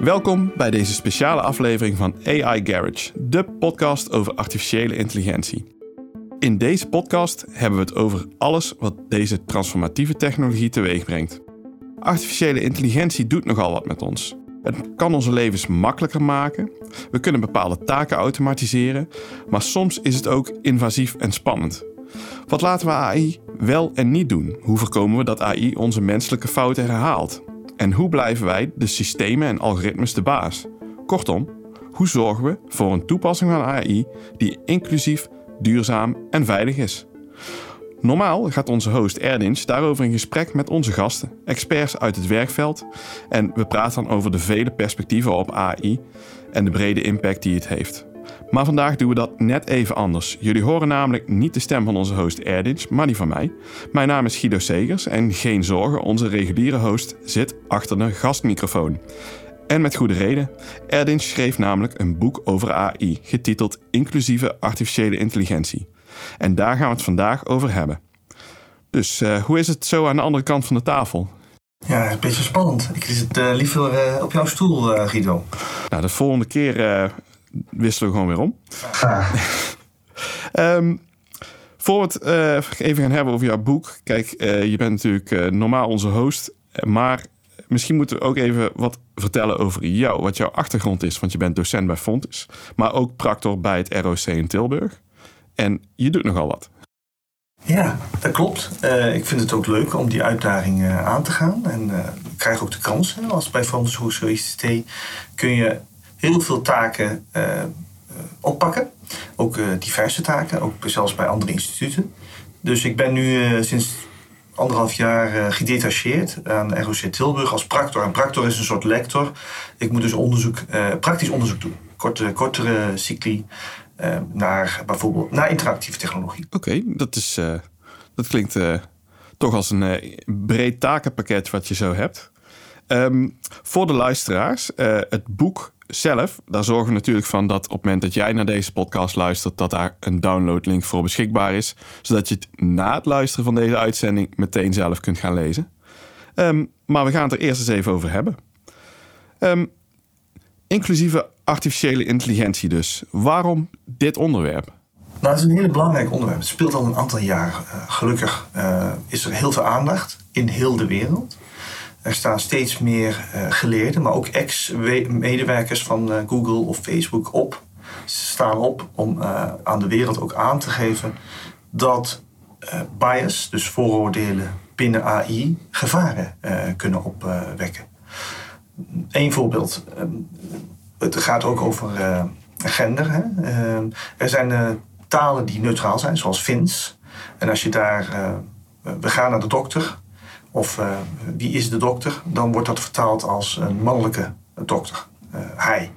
Welkom bij deze speciale aflevering van AI Garage, de podcast over artificiële intelligentie. In deze podcast hebben we het over alles wat deze transformatieve technologie teweeg brengt. Artificiële intelligentie doet nogal wat met ons. Het kan onze levens makkelijker maken, we kunnen bepaalde taken automatiseren, maar soms is het ook invasief en spannend. Wat laten we AI wel en niet doen? Hoe voorkomen we dat AI onze menselijke fouten herhaalt? En hoe blijven wij de systemen en algoritmes de baas? Kortom, hoe zorgen we voor een toepassing van AI die inclusief, duurzaam en veilig is? Normaal gaat onze host Erdinch daarover in gesprek met onze gasten, experts uit het werkveld. En we praten dan over de vele perspectieven op AI en de brede impact die het heeft. Maar vandaag doen we dat net even anders. Jullie horen namelijk niet de stem van onze host Erdinch, maar die van mij. Mijn naam is Guido Segers en geen zorgen, onze reguliere host zit achter de gastmicrofoon. En met goede reden. Erdinch schreef namelijk een boek over AI, getiteld Inclusieve Artificiële Intelligentie. En daar gaan we het vandaag over hebben. Dus hoe is het zo aan de andere kant van de tafel? Ja, een beetje spannend. Ik zit liever op jouw stoel, Guido. Nou, de volgende keer wisselen we gewoon weer om. Voor we het even gaan hebben over jouw boek. Kijk, je bent natuurlijk normaal onze host. Maar misschien moeten we ook even wat vertellen over jou. Wat jouw achtergrond is. Want je bent docent bij Fontys. Maar ook practor bij het ROC in Tilburg. En je doet nogal wat. Ja, dat klopt. Ik vind het ook leuk om die uitdaging aan te gaan. En ik krijg ook de kans. Als bij Fontys Hogeschool ICT kun je heel veel taken oppakken. Ook diverse taken, ook zelfs bij andere instituten. Dus ik ben nu sinds 1,5 jaar gedetacheerd aan ROC Tilburg als practor. En practor is een soort lector. Ik moet dus praktisch onderzoek doen. Kortere cycli naar bijvoorbeeld interactieve technologie. Oké, dat klinkt toch als een breed takenpakket wat je zo hebt. Voor de luisteraars, het boek zelf, daar zorgen we natuurlijk van dat op het moment dat jij naar deze podcast luistert, dat daar een downloadlink voor beschikbaar is, zodat je het na het luisteren van deze uitzending meteen zelf kunt gaan lezen. Maar we gaan het er eerst eens even over hebben. Inclusieve artificiële intelligentie dus. Waarom dit onderwerp? Nou, het is een heel belangrijk onderwerp. Het speelt al een aantal jaar. Gelukkig is er heel veel aandacht in heel de wereld. Er staan steeds meer geleerden, maar ook ex-medewerkers van Google of Facebook op. Ze staan op om aan de wereld ook aan te geven dat bias, dus vooroordelen binnen AI, gevaren kunnen opwekken. Eén voorbeeld. Het gaat ook over gender. Hè? Er zijn talen die neutraal zijn, zoals Fins. En als je we gaan naar de dokter, of wie is de dokter, dan wordt dat vertaald als een mannelijke dokter, hij.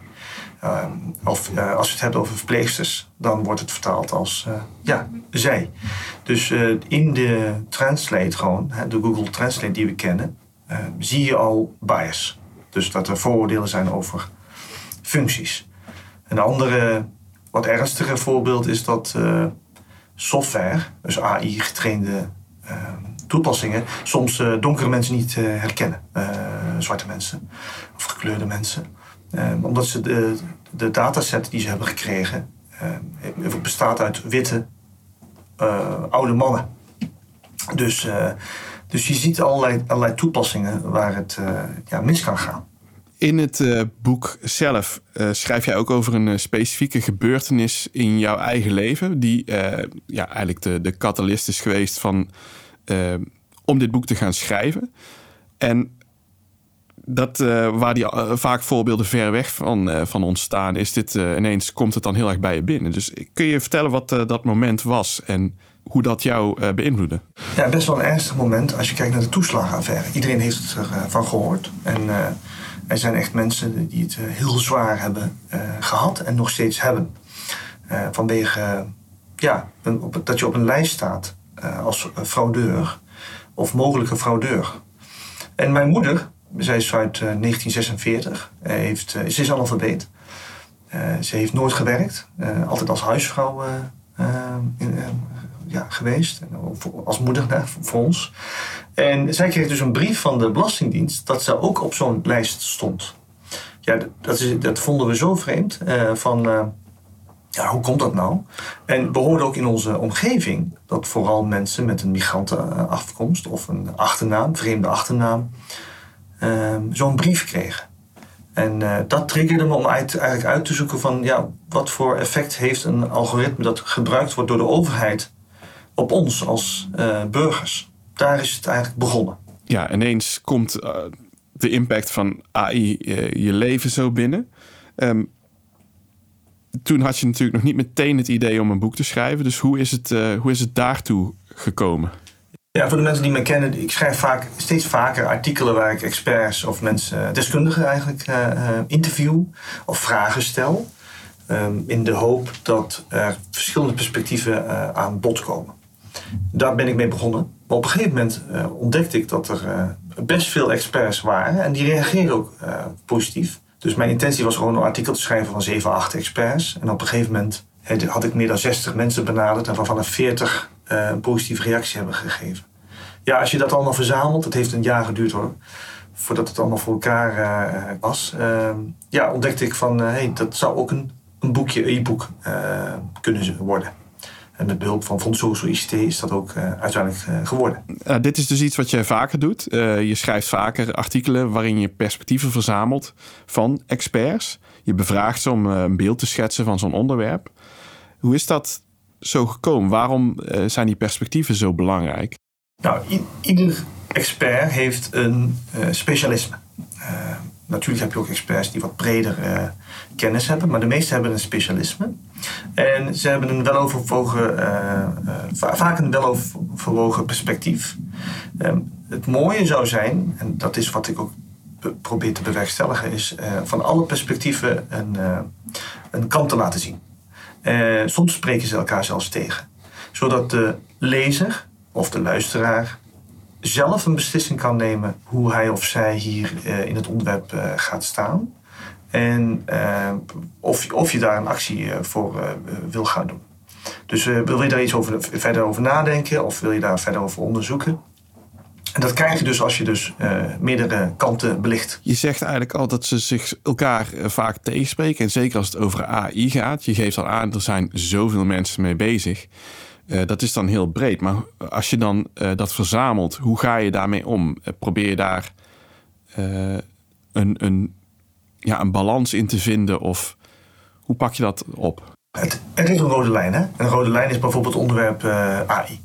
Of als we het hebben over verpleegsters, dan wordt het vertaald als zij. Dus in de Translate gewoon, de Google Translate die we kennen, zie je al bias. Dus dat er vooroordelen zijn over functies. Een andere, wat ernstige voorbeeld is dat software, dus AI-getrainde toepassingen, soms donkere mensen niet herkennen. Zwarte mensen of gekleurde mensen. Omdat ze de dataset die ze hebben gekregen bestaat uit witte oude mannen. Dus je ziet allerlei toepassingen waar het mis kan gaan. In het boek zelf schrijf jij ook over een specifieke gebeurtenis in jouw eigen leven, die eigenlijk de catalyst is geweest om dit boek te gaan schrijven. En dat waar die vaak voorbeelden ver weg van ontstaan, is dit ineens komt het dan heel erg bij je binnen. Dus kun je vertellen wat dat moment was en hoe dat jou beïnvloedde? Ja, best wel een ernstig moment als je kijkt naar de toeslagenaffaire. Iedereen heeft ervan gehoord. En er zijn echt mensen die het heel zwaar hebben gehad en nog steeds hebben. Vanwege dat je op een lijst staat als fraudeur of mogelijke fraudeur. En mijn moeder, zij is uit 1946, ze is analfabeet. Ze heeft nooit gewerkt, altijd als huisvrouw geweest, als moeder voor ons. En zij kreeg dus een brief van de Belastingdienst dat ze ook op zo'n lijst stond. Ja, dat vonden we zo vreemd. Hoe komt dat nou? En we hoorden ook in onze omgeving dat vooral mensen met een migrantenafkomst of een achternaam, vreemde achternaam, zo'n brief kregen. En dat triggerde me om eigenlijk uit te zoeken van wat voor effect heeft een algoritme dat gebruikt wordt door de overheid op ons als burgers. Daar is het eigenlijk begonnen. Ja, ineens komt de impact van AI je leven zo binnen. Toen had je natuurlijk nog niet meteen het idee om een boek te schrijven. Dus hoe is het daartoe gekomen? Ja, voor de mensen die me kennen, ik schrijf steeds vaker artikelen waar ik experts of mensen, deskundigen eigenlijk, interview of vragen stel. In de hoop dat er verschillende perspectieven aan bod komen. Daar ben ik mee begonnen. Maar op een gegeven moment ontdekte ik dat er best veel experts waren. En die reageerden ook positief. Dus mijn intentie was gewoon een artikel te schrijven van 7, 8 experts. En op een gegeven moment had ik meer dan 60 mensen benaderd. En waarvan er 40 een positieve reactie hebben gegeven. Ja, als je dat allemaal verzamelt, het heeft een jaar geduurd hoor. Voordat het allemaal voor elkaar was. Ontdekte ik van, dat zou ook een boekje, e-book kunnen worden. En met behulp van Fonds Social ICT is dat ook uiteindelijk geworden. Dit is dus iets wat je vaker doet. Je schrijft vaker artikelen waarin je perspectieven verzamelt van experts. Je bevraagt ze om een beeld te schetsen van zo'n onderwerp. Hoe is dat zo gekomen? Waarom zijn die perspectieven zo belangrijk? Nou, ieder expert heeft een specialisme. Natuurlijk heb je ook experts die wat breder kennis hebben, maar de meesten hebben een specialisme. En ze hebben een vaak een weloverwogen perspectief. Het mooie zou zijn, en dat is wat ik ook probeer te bewerkstelligen, is van alle perspectieven een kant te laten zien. Soms spreken ze elkaar zelfs tegen. Zodat de lezer of de luisteraar zelf een beslissing kan nemen hoe hij of zij hier in het onderwerp gaat staan. En of je daar een actie voor wil gaan doen. Dus wil je daar iets verder over nadenken of wil je daar verder over onderzoeken? En dat krijg je dus als je dus meerdere kanten belicht. Je zegt eigenlijk al dat ze zich elkaar vaak tegenspreken. En zeker als het over AI gaat. Je geeft al aan, er zijn zoveel mensen mee bezig. Dat is dan heel breed. Maar als je dan dat verzamelt, hoe ga je daarmee om? Probeer je daar een balans in te vinden? Of hoe pak je dat op? Er is een rode lijn. Hè? Een rode lijn is bijvoorbeeld het onderwerp AI.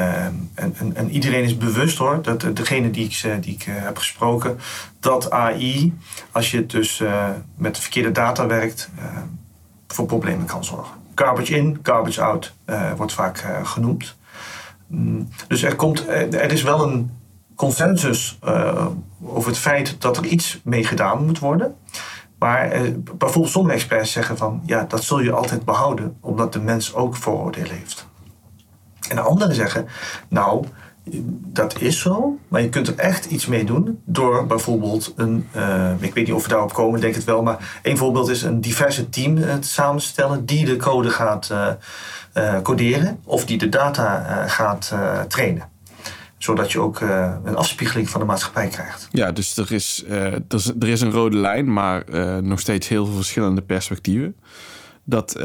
En iedereen is bewust hoor, dat degene die ik heb gesproken, dat AI, als je dus met verkeerde data werkt, voor problemen kan zorgen. Garbage in, garbage out wordt vaak genoemd. Dus er is wel een consensus over het feit dat er iets mee gedaan moet worden. Maar bijvoorbeeld sommige experts zeggen van, dat zul je altijd behouden, omdat de mens ook vooroordelen heeft. En anderen zeggen, nou, dat is zo, maar je kunt er echt iets mee doen door bijvoorbeeld ik weet niet of we daarop komen, denk het wel, maar één voorbeeld is een diverse team te samenstellen die de code gaat coderen of die de data gaat trainen. Zodat je ook een afspiegeling van de maatschappij krijgt. Ja, dus er is een rode lijn, maar nog steeds heel veel verschillende perspectieven. Dat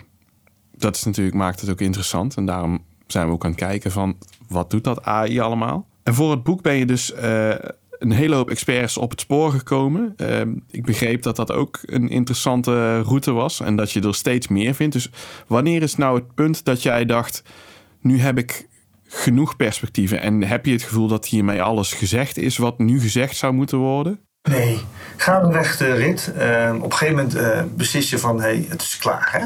is natuurlijk, maakt het ook interessant en daarom zijn we ook aan het kijken van wat doet dat AI allemaal. En voor het boek ben je dus een hele hoop experts op het spoor gekomen. Ik begreep dat dat ook een interessante route was en dat je er steeds meer vindt. Dus wanneer is nou het punt dat jij dacht, nu heb ik genoeg perspectieven en heb je het gevoel dat hiermee alles gezegd is wat nu gezegd zou moeten worden? Nee, gaandeweg de rit. Op een gegeven moment beslis je van, het is klaar hè.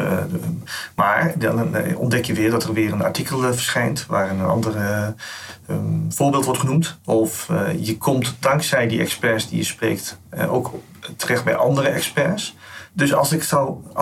Maar dan ontdek je weer dat er weer een artikel verschijnt waar een ander voorbeeld wordt genoemd. Of je komt dankzij die experts die je spreekt ook terecht bij andere experts. Dus als ik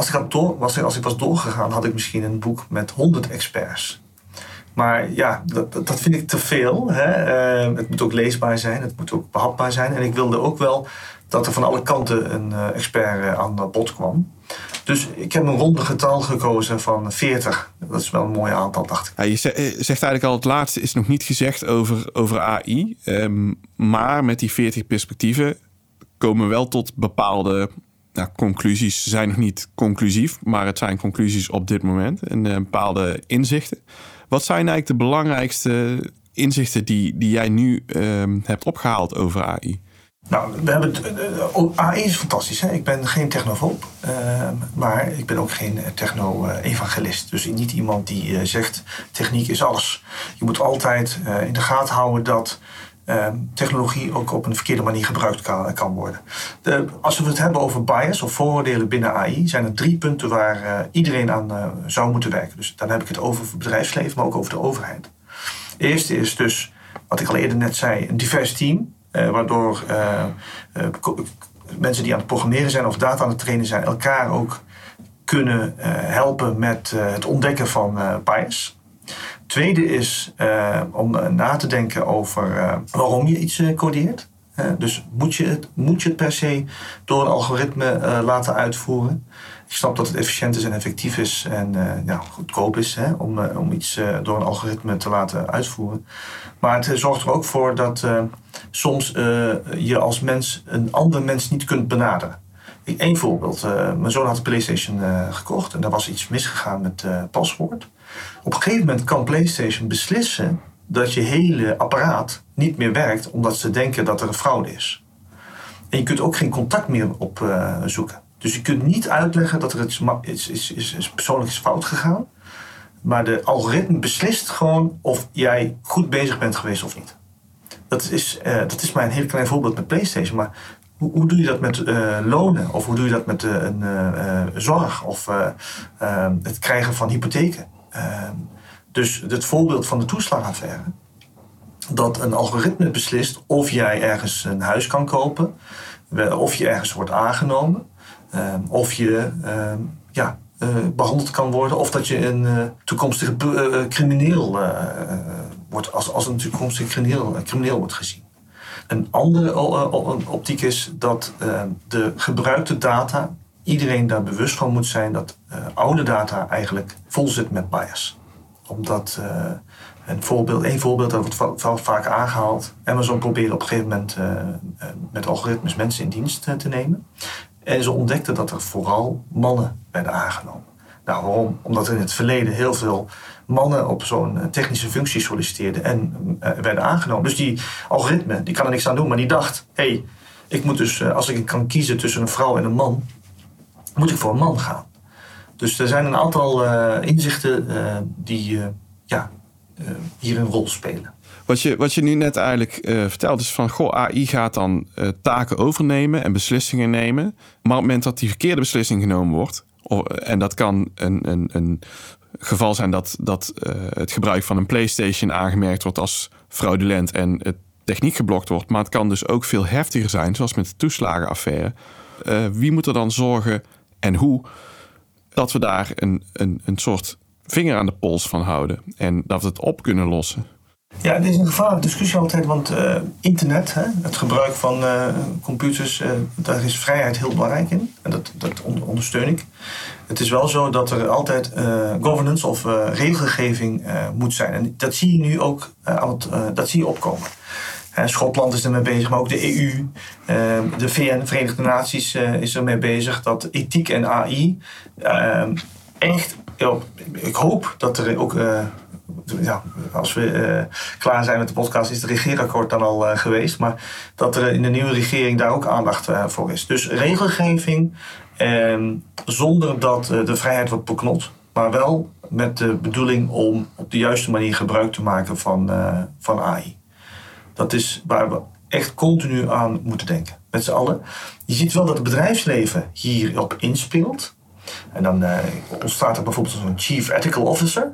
was doorgegaan, had ik misschien een boek met 100 experts. Maar dat vind ik te veel. Hè? Het moet ook leesbaar zijn, het moet ook behapbaar zijn. En ik wilde ook wel dat er van alle kanten een expert aan bod kwam. Dus ik heb een ronde getal gekozen van 40. Dat is wel een mooi aantal, dacht ik. Ja, je zegt eigenlijk al, het laatste is nog niet gezegd over AI. Maar met die 40 perspectieven komen wel tot bepaalde conclusies. Ze zijn nog niet conclusief, maar het zijn conclusies op dit moment. En bepaalde inzichten. Wat zijn eigenlijk de belangrijkste inzichten die jij nu hebt opgehaald over AI? Nou, AI is fantastisch. Hè? Ik ben geen technofoob, maar ik ben ook geen techno-evangelist. Dus niet iemand die zegt, techniek is alles. Je moet altijd in de gaten houden dat technologie ook op een verkeerde manier gebruikt kan worden. Als we het hebben over bias of vooroordelen binnen AI, zijn er 3 punten waar iedereen aan zou moeten werken. Dus dan heb ik het over het bedrijfsleven, maar ook over de overheid. De eerste is dus, wat ik al eerder net zei, een divers team. Waardoor mensen die aan het programmeren zijn of data aan het trainen zijn, elkaar ook kunnen helpen met het ontdekken van bias. Tweede is om na te denken over waarom je iets codeert. Dus moet je het per se door een algoritme laten uitvoeren? Ik snap dat het efficiënt is en effectief is en goedkoop is om iets door een algoritme te laten uitvoeren. Maar het zorgt er ook voor dat soms je als mens een ander mens niet kunt benaderen. Eén voorbeeld. Mijn zoon had een PlayStation gekocht en daar was iets misgegaan met paswoord. Op een gegeven moment kan PlayStation beslissen dat je hele apparaat niet meer werkt omdat ze denken dat er een fraude is. En je kunt ook geen contact meer opzoeken. Dus je kunt niet uitleggen dat er iets persoonlijk is fout gegaan. Maar de algoritme beslist gewoon of jij goed bezig bent geweest of niet. Dat is maar een heel klein voorbeeld met PlayStation. Maar hoe doe je dat met lonen? Of hoe doe je dat met zorg? Of het krijgen van hypotheken? Dus het voorbeeld van de toeslagenaffaire. Dat een algoritme beslist of jij ergens een huis kan kopen. Of je ergens wordt aangenomen. Of je behandeld kan worden. Of dat je een toekomstige crimineel wordt. Als een toekomstige crimineel wordt gezien. Een andere optiek is dat de gebruikte data, iedereen daar bewust van moet zijn dat oude data eigenlijk vol zit met bias. Omdat een voorbeeld dat wordt vaak aangehaald. Amazon probeerde op een gegeven moment met algoritmes mensen in dienst te nemen. En ze ontdekten dat er vooral mannen werden aangenomen. Nou, waarom? Omdat er in het verleden heel veel mannen op zo'n technische functie solliciteerden en werden aangenomen. Dus die algoritme, die kan er niks aan doen, maar die dacht, ik moet dus, als ik kan kiezen tussen een vrouw en een man, moet ik voor een man gaan. Dus er zijn een aantal inzichten die hier een rol spelen. Wat je nu net eigenlijk vertelt is van, AI gaat dan taken overnemen en beslissingen nemen. Maar op het moment dat die verkeerde beslissing genomen wordt, en dat kan een geval zijn dat het gebruik van een PlayStation aangemerkt wordt als fraudulent en het techniek geblokt wordt. Maar het kan dus ook veel heftiger zijn, zoals met de toeslagenaffaire. Wie moet er dan zorgen en hoe dat we daar een soort vinger aan de pols van houden en dat we het op kunnen lossen? Ja, dit is een gevaarlijke discussie altijd, want internet, het gebruik van computers, daar is vrijheid heel belangrijk in. En dat ondersteun ik. Het is wel zo dat er altijd governance of regelgeving moet zijn. En dat zie je nu ook dat zie je opkomen. Schotland is ermee bezig, maar ook de EU, de VN, Verenigde Naties, is ermee bezig. Dat ethiek en AI echt, ik hoop dat er ook... als we klaar zijn met de podcast is het regeerakkoord dan al geweest. Maar dat er in de nieuwe regering daar ook aandacht voor is. Dus regelgeving zonder dat de vrijheid wordt beknot. Maar wel met de bedoeling om op de juiste manier gebruik te maken van AI. Dat is waar we echt continu aan moeten denken. Met z'n allen. Je ziet wel dat het bedrijfsleven hierop inspeelt. En dan ontstaat er bijvoorbeeld zo'n Chief Ethical Officer.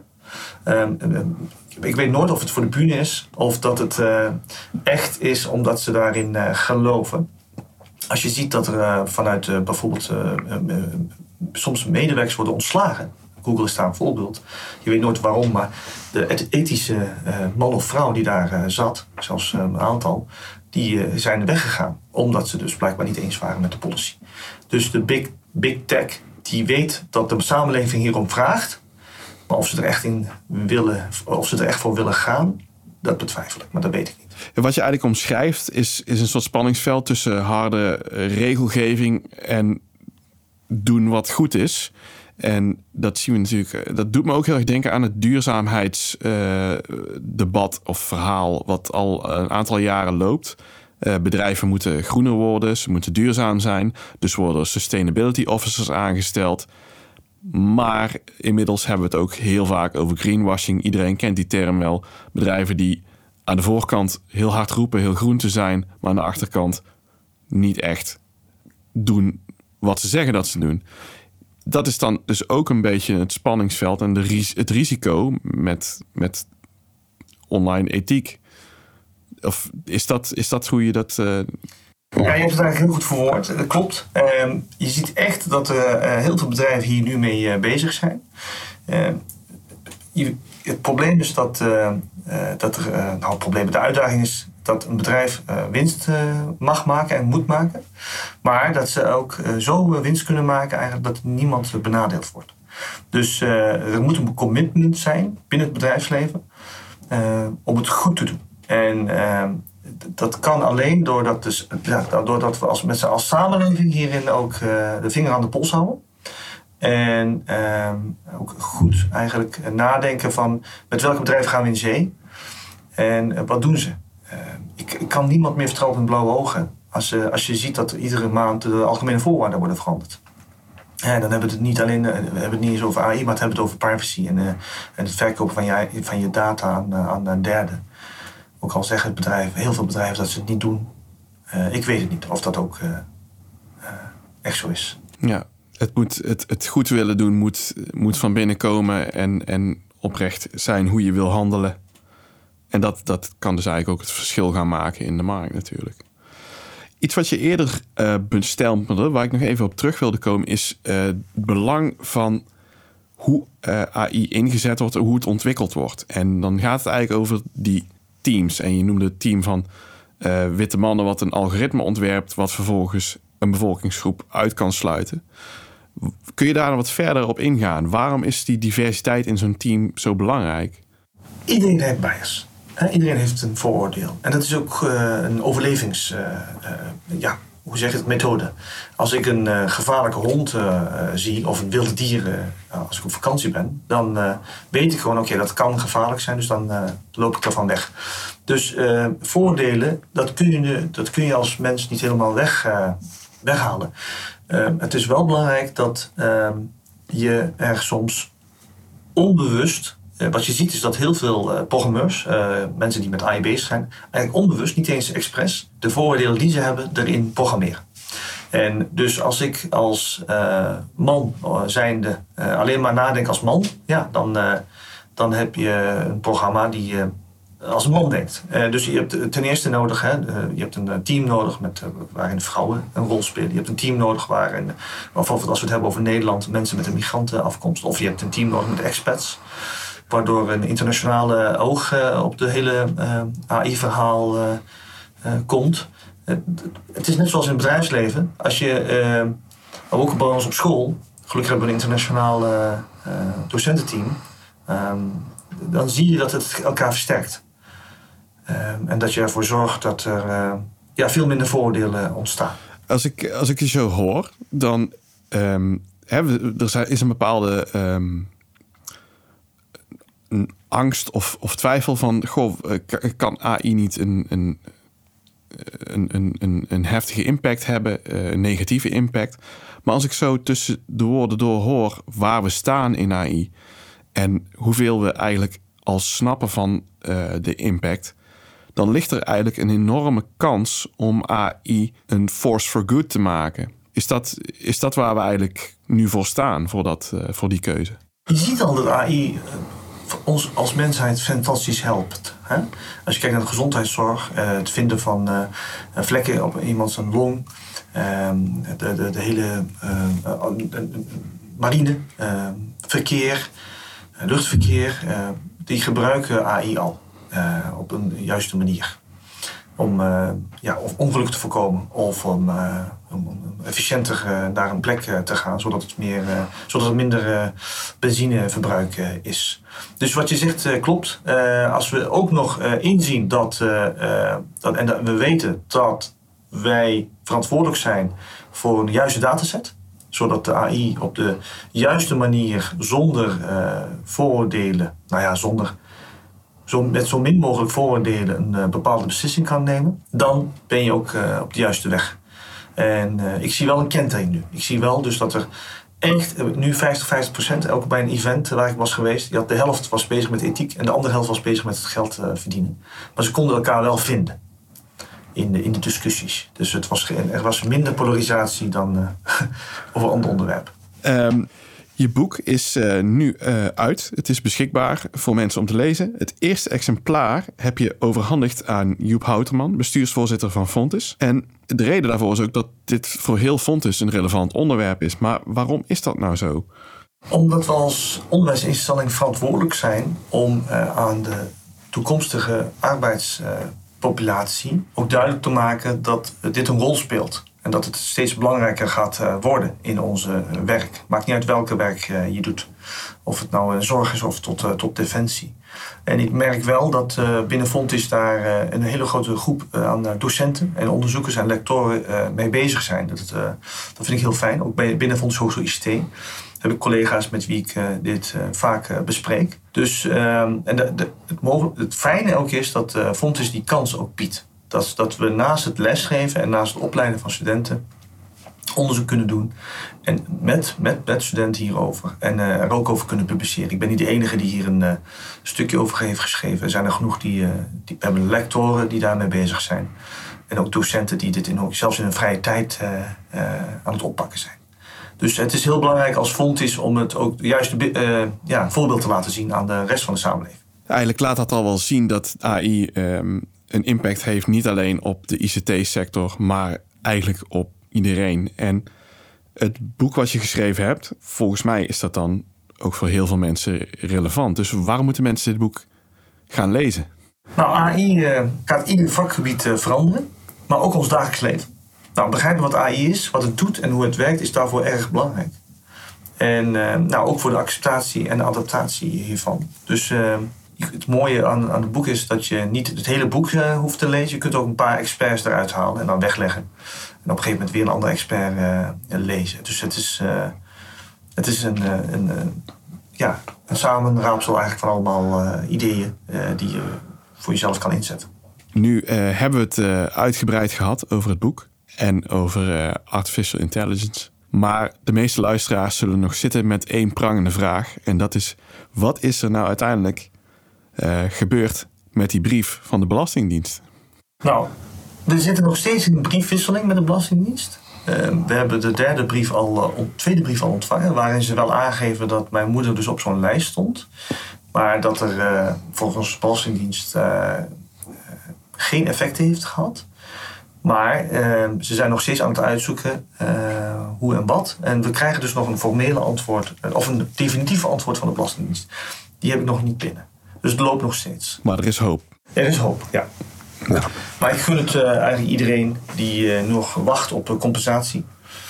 Ik weet nooit of het voor de bühne is of dat het echt is omdat ze daarin geloven. Als je ziet dat er vanuit bijvoorbeeld soms medewerkers worden ontslagen. Google is daar een voorbeeld. Je weet nooit waarom, maar de ethische man of vrouw die daar zat, zelfs een aantal, die zijn weggegaan. Omdat ze dus blijkbaar niet eens waren met de policy. Dus de big tech die weet dat de samenleving hierom vraagt. Maar of ze er echt voor willen gaan, Dat betwijfel ik, maar dat weet ik niet. En wat je eigenlijk omschrijft is een soort spanningsveld tussen harde regelgeving en doen wat goed is. En dat zien we natuurlijk. Dat doet me ook heel erg denken aan het duurzaamheidsdebat of verhaal wat al een aantal jaren loopt. Bedrijven moeten groener worden, ze moeten duurzaam zijn. Dus worden sustainability officers aangesteld. Maar inmiddels hebben we het ook heel vaak over greenwashing. Iedereen kent die term wel. Bedrijven die aan de voorkant heel hard roepen heel groen te zijn, maar aan de achterkant niet echt doen wat ze zeggen dat ze doen. Dat is dan dus ook een beetje het spanningsveld en het risico met online ethiek. Of is dat hoe je dat... Ja, je hebt het eigenlijk heel goed verwoord. Dat klopt. Je ziet echt dat er heel veel bedrijven hier nu mee bezig zijn. Het probleem is de uitdaging is dat een bedrijf winst mag maken en moet maken. Maar dat ze ook zo winst kunnen maken eigenlijk dat niemand benadeeld wordt. Dus er moet een commitment zijn binnen het bedrijfsleven om het goed te doen. En dat kan alleen doordat we als samenleving hierin ook de vinger aan de pols houden. En ook goed eigenlijk nadenken van met welke bedrijven gaan we in zee en wat doen ze. Ik kan niemand meer vertrouwen met blauwe ogen als je ziet dat iedere maand de algemene voorwaarden worden veranderd. Dan hebben we het niet alleen we hebben het niet eens over AI, maar het hebben we het over privacy en het verkopen van je data aan derden. Ook al zeggen heel veel bedrijven dat ze het niet doen. Ik weet het niet of dat ook echt zo is. Ja, het goed willen doen moet van binnen komen en oprecht zijn hoe je wil handelen. En dat kan dus eigenlijk ook het verschil gaan maken in de markt natuurlijk. Iets wat je eerder bestempelde, waar ik nog even op terug wilde komen, is het belang van hoe AI ingezet wordt en hoe het ontwikkeld wordt. En dan gaat het eigenlijk over die teams. En je noemde het team van witte mannen wat een algoritme ontwerpt wat vervolgens een bevolkingsgroep uit kan sluiten. Kun je daar nog wat verder op ingaan? Waarom is die diversiteit in zo'n team zo belangrijk? Iedereen heeft bias. Iedereen heeft een vooroordeel. En dat is ook een methode. Als ik een gevaarlijke hond zie of een wilde dier als ik op vakantie ben, dan weet ik gewoon, oké, dat kan gevaarlijk zijn, dus dan loop ik daarvan weg. Dus vooroordelen, dat kun je als mens niet helemaal weghalen. Het is wel belangrijk dat je er soms onbewust... wat je ziet is dat heel veel programmeurs, mensen die met AI bezig zijn, eigenlijk onbewust, niet eens expres, de vooroordelen die ze hebben erin programmeren. En dus als ik als man zijnde alleen maar nadenk als man, ja, dan heb je een programma die als een man denkt. Dus je hebt ten eerste nodig, je hebt een team nodig waarin vrouwen een rol spelen. Je hebt een team nodig waarin, bijvoorbeeld als we het hebben over Nederland, mensen met een migrantenafkomst. Of je hebt een team nodig met expats. Waardoor een internationale oog op de hele AI-verhaal komt. Het is net zoals in het bedrijfsleven. Als je, ook bij ons op school, gelukkig hebben we een internationaal docententeam. Dan zie je dat het elkaar versterkt. En dat je ervoor zorgt dat er veel minder vooroordelen ontstaan. Als ik je zo hoor, dan er is een bepaalde een angst of twijfel van, kan AI niet een heftige impact hebben, een negatieve impact. Maar als ik zo tussen de woorden door hoor waar we staan in AI en hoeveel we eigenlijk al snappen van de impact, dan ligt er eigenlijk een enorme kans om AI een force for good te maken. Is dat waar we eigenlijk nu voor staan, voor die keuze? Je ziet al dat AI ons als mensheid fantastisch helpt. Hè? Als je kijkt naar de gezondheidszorg, het vinden van vlekken op iemand zijn long, de hele marine, verkeer, luchtverkeer, die gebruiken AI al op een juiste manier. Om ongelukken te voorkomen of om efficiënter naar een plek te gaan, zodat er minder benzineverbruik is. Dus wat je zegt klopt. Als we ook nog inzien dat we weten dat wij verantwoordelijk zijn voor een juiste dataset, zodat de AI op de juiste manier zonder vooroordelen, met zo min mogelijk vooroordelen een bepaalde beslissing kan nemen, dan ben je ook op de juiste weg. En ik zie wel een kentering nu. Ik zie wel dus dat er echt nu 50%, ook bij een event waar ik was geweest, de helft was bezig met ethiek en de andere helft was bezig met het geld verdienen. Maar ze konden elkaar wel vinden in de discussies. Dus er was minder polarisatie dan over andere onderwerpen. Je boek is nu uit. Het is beschikbaar voor mensen om te lezen. Het eerste exemplaar heb je overhandigd aan Joep Houterman, bestuursvoorzitter van Fontis. En de reden daarvoor is ook dat dit voor heel Fontis een relevant onderwerp is. Maar waarom is dat nou zo? Omdat we als onderwijsinstelling verantwoordelijk zijn om aan de toekomstige arbeidspopulatie ook duidelijk te maken dat dit een rol speelt. En dat het steeds belangrijker gaat worden in onze werk. Maakt niet uit welke werk je doet. Of het nou zorg is of tot defensie. En ik merk wel dat binnen Fontis daar een hele grote groep aan docenten en onderzoekers en lectoren mee bezig zijn. Dat vind ik heel fijn. Ook binnen Fontis Hogeschool ICT heb ik collega's met wie ik dit vaak bespreek. Dus het fijne ook is dat Fontis die kans ook biedt. Dat we naast het lesgeven en naast het opleiden van studenten onderzoek kunnen doen. En met studenten hierover. En er ook over kunnen publiceren. Ik ben niet de enige die hier een stukje over heeft geschreven. Er zijn er genoeg die hebben lectoren die daarmee bezig zijn. En ook docenten die dit zelfs in hun vrije tijd aan het oppakken zijn. Dus het is heel belangrijk als Fontis om het ook juist voorbeeld te laten zien aan de rest van de samenleving. Eigenlijk laat dat al wel zien dat AI een impact heeft niet alleen op de ICT-sector, maar eigenlijk op iedereen. En het boek wat je geschreven hebt, volgens mij is dat dan ook voor heel veel mensen relevant. Dus waarom moeten mensen dit boek gaan lezen? Nou, AI gaat ieder vakgebied veranderen, maar ook ons dagelijks leven. Nou, begrijpen wat AI is, wat het doet en hoe het werkt, is daarvoor erg belangrijk. En ook voor de acceptatie en de adaptatie hiervan. Dus het mooie aan het boek is dat je niet het hele boek hoeft te lezen. Je kunt ook een paar experts eruit halen en dan wegleggen. En op een gegeven moment weer een andere expert lezen. Dus het is een samenraapsel eigenlijk van allemaal ideeën die je voor jezelf kan inzetten. Nu hebben we het uitgebreid gehad over het boek en over artificial intelligence. Maar de meeste luisteraars zullen nog zitten met één prangende vraag. En dat is, wat is er nou uiteindelijk gebeurd met die brief van de Belastingdienst? Nou, we zitten nog steeds in een briefwisseling met de Belastingdienst. We hebben de tweede brief al ontvangen, waarin ze wel aangeven dat mijn moeder dus op zo'n lijst stond. Maar dat er volgens de Belastingdienst geen effect heeft gehad. Maar ze zijn nog steeds aan het uitzoeken hoe en wat. En we krijgen dus nog een formele antwoord, of een definitief antwoord van de Belastingdienst. Die heb ik nog niet binnen. Dus het loopt nog steeds. Maar er is hoop. Er is hoop, ja. Ja. Maar ik gun het eigenlijk iedereen die nog wacht op compensatie,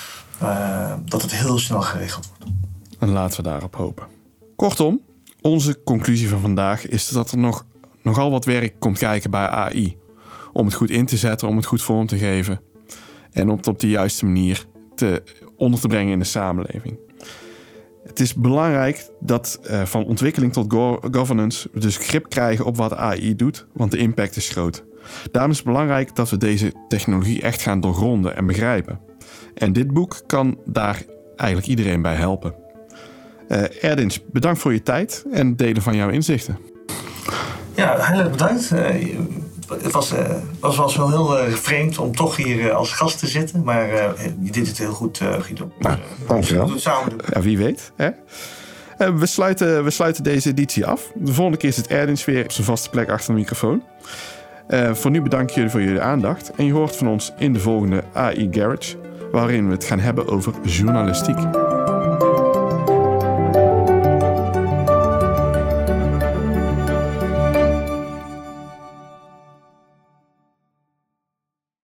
dat het heel snel geregeld wordt. En laten we daarop hopen. Kortom, onze conclusie van vandaag is dat er nogal wat werk komt kijken bij AI. Om het goed in te zetten, om het goed vorm te geven. En om het op de juiste manier onder te brengen in de samenleving. Het is belangrijk dat van ontwikkeling tot governance we dus grip krijgen op wat AI doet, want de impact is groot. Daarom is het belangrijk dat we deze technologie echt gaan doorgronden en begrijpen. En dit boek kan daar eigenlijk iedereen bij helpen. Erdins, bedankt voor je tijd en het delen van jouw inzichten. Ja, heel erg bedankt. Het was wel heel vreemd om toch hier als gast te zitten. Maar je deed het heel goed, Guido. Nou, dankjewel. We het samen doen. Ja, wie weet. Hè? We sluiten deze editie af. De volgende keer zit Erdins weer op zijn vaste plek achter de microfoon. Voor nu bedank ik jullie voor jullie aandacht. En je hoort van ons in de volgende AI Garage, waarin we het gaan hebben over journalistiek.